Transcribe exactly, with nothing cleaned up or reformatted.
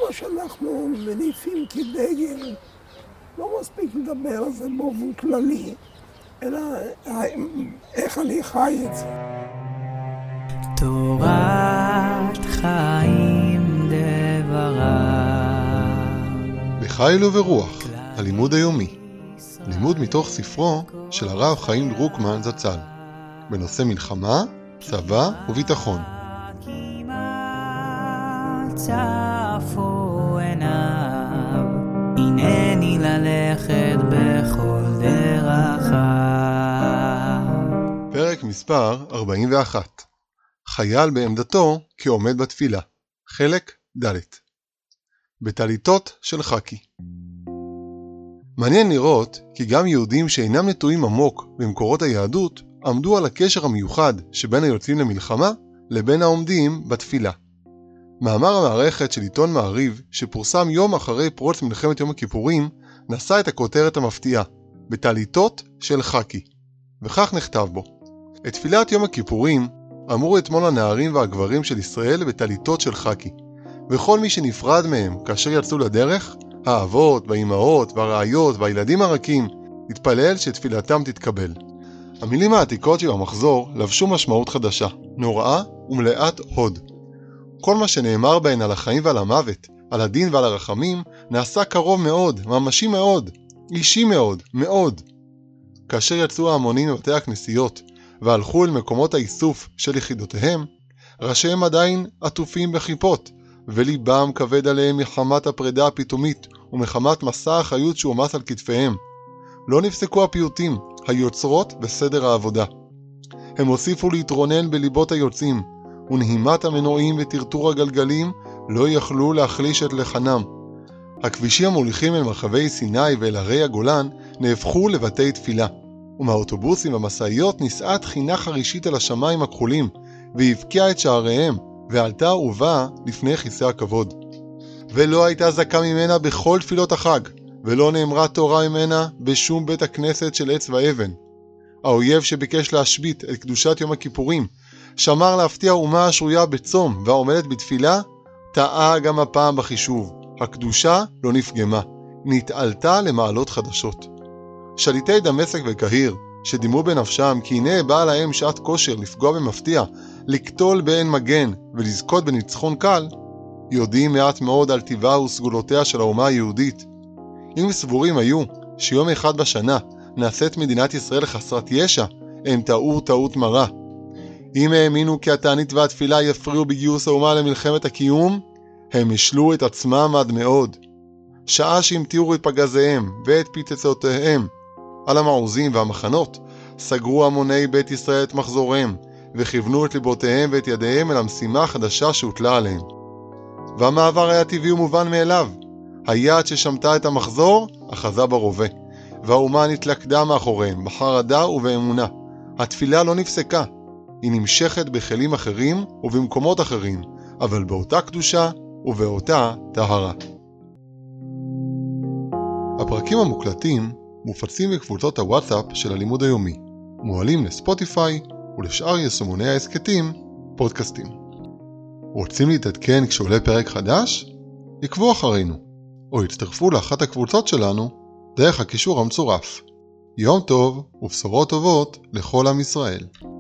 שאנחנו מניפים כדגל, לא מספיק לדבר על זה באופן כללי, אלא איך אני חי את זה. תורת חיים דברה. בחיל וברוח, הלימוד היומי. לימוד מתוך ספרו של הרב חיים דרוקמן זצ"ל, בנושא מלחמה, צבא וביטחון. צפו עיניו, הנני ללכת בכל דרכיו. פרק מספר ארבעים ואחת. חייל בעמדתו כעומד בתפילה. חלק ד'. בטליתות של חכי. מעניין לראות כי גם יהודים שאינם נטועים עמוק במקורות היהדות עמדו על הקשר המיוחד שבין היוצאים למלחמה לבין העומדים בתפילה. מאמר המערכת של עיתון מעריב שפורסם יום אחרי פרוץ מלחמת יום הכיפורים נשא את הכותרת המפתיעה בטליתות של חכי, וכך נכתב בו: את תפילת יום הכיפורים אמרו אתמול הנערים והגברים של ישראל בטליתות של חכי, וכל מי שנפרד מהם כאשר יצאו לדרך, האבות והאימהות והרעיות והילדים הרכים, התפלל שתפילתם תתקבל. המילים העתיקות של המחזור לבשו משמעות חדשה, נוראה ומלאת הוד. כל מה שנאמר בהן על החיים ועל המוות, על הדין ועל הרחמים, נעשה קרוב מאוד, ממשי מאוד, אישי מאוד, מאוד. כאשר יצאו ההמונים מבתי הכנסיות והלכו אל מקומות האיסוף של יחידותיהם, ראשיהם עדיין עטופים בכיפות, וליבם כבד עליהם מחמת הפרידה הפתאומית ומחמת מסע החיות שהומס על כתפיהם. לא נפסקו הפיוטים, היוצרות בסדר העבודה. הם הוסיפו להתרונן בליבות היוצאים, ונהימת המנועים וטרטור הגלגלים לא יכלו להחליש את לחנם. הכבישים המוליכים אל מרחבי סיני ואל הרי הגולן נהפכו לבתי תפילה, ומהאוטובוסים והמסעיות נישאה תחינה חרישית על השמיים הכחולים, והבקיעה את שעריהם, ועלתה ובאה לפני כיסא הכבוד. ולא הייתה זקה ממנה בכל תפילות החג, ולא נאמרה תורה ממנה בשום בית הכנסת של עץ ואבן. האויב שביקש להשבית את קדושת יום הכיפורים, שמר להפתיע אומה השרויה בצום והעומדת בתפילה, טעה גם הפעם בחישוב. הקדושה לא נפגמה, נתעלתה למעלות חדשות. שליטי דמשק וקהיר, שדימו בנפשם כי הנה באה להם שעת כושר לפגוע במפתיע, לקטול בעין מגן ולזכות בניצחון קל, יודעים מעט מאוד על טבעה וסגולותיה של האומה היהודית. אם סבורים היו שיום אחד בשנה נעשית מדינת ישראל חסרת ישע, הם טעו טעות מרה. אם האמינו כי התענית והתפילה יפריעו בגיוס האומה למלחמת הקיום, הם השלו את עצמם עד מאוד. שעה שהמטירו את פגזיהם ואת פיצוצותיהם על המעוזים והמחנות, סגרו המוני בית ישראל את מחזוריהם, וכיוונו את ליבותיהם ואת ידיהם אל המשימה החדשה שהוטלה עליהם. והמעבר היה טבעי ומובן מאליו. היד ששמטה את המחזור, אחזה ברובה, והאומה נתלכדה מאחוריהם, בחרדה ובאמונה. התפילה לא נפסקה. היא נמשכת בכלים אחרים ובמקומות אחרים, אבל באותה קדושה ובאותה טהרה. הפרקים המוקלטים מופצים בקבוצות הוואטסאפ של הלימוד היומי, מועלים לספוטיפיי ולשאר יישומוני העסקתים, פודקאסטים. רוצים להתעדכן כשעולה פרק חדש? עקבו אחרינו, או הצטרפו לאחת הקבוצות שלנו דרך הקישור המצורף. יום טוב ובשורות טובות לכל עם ישראל.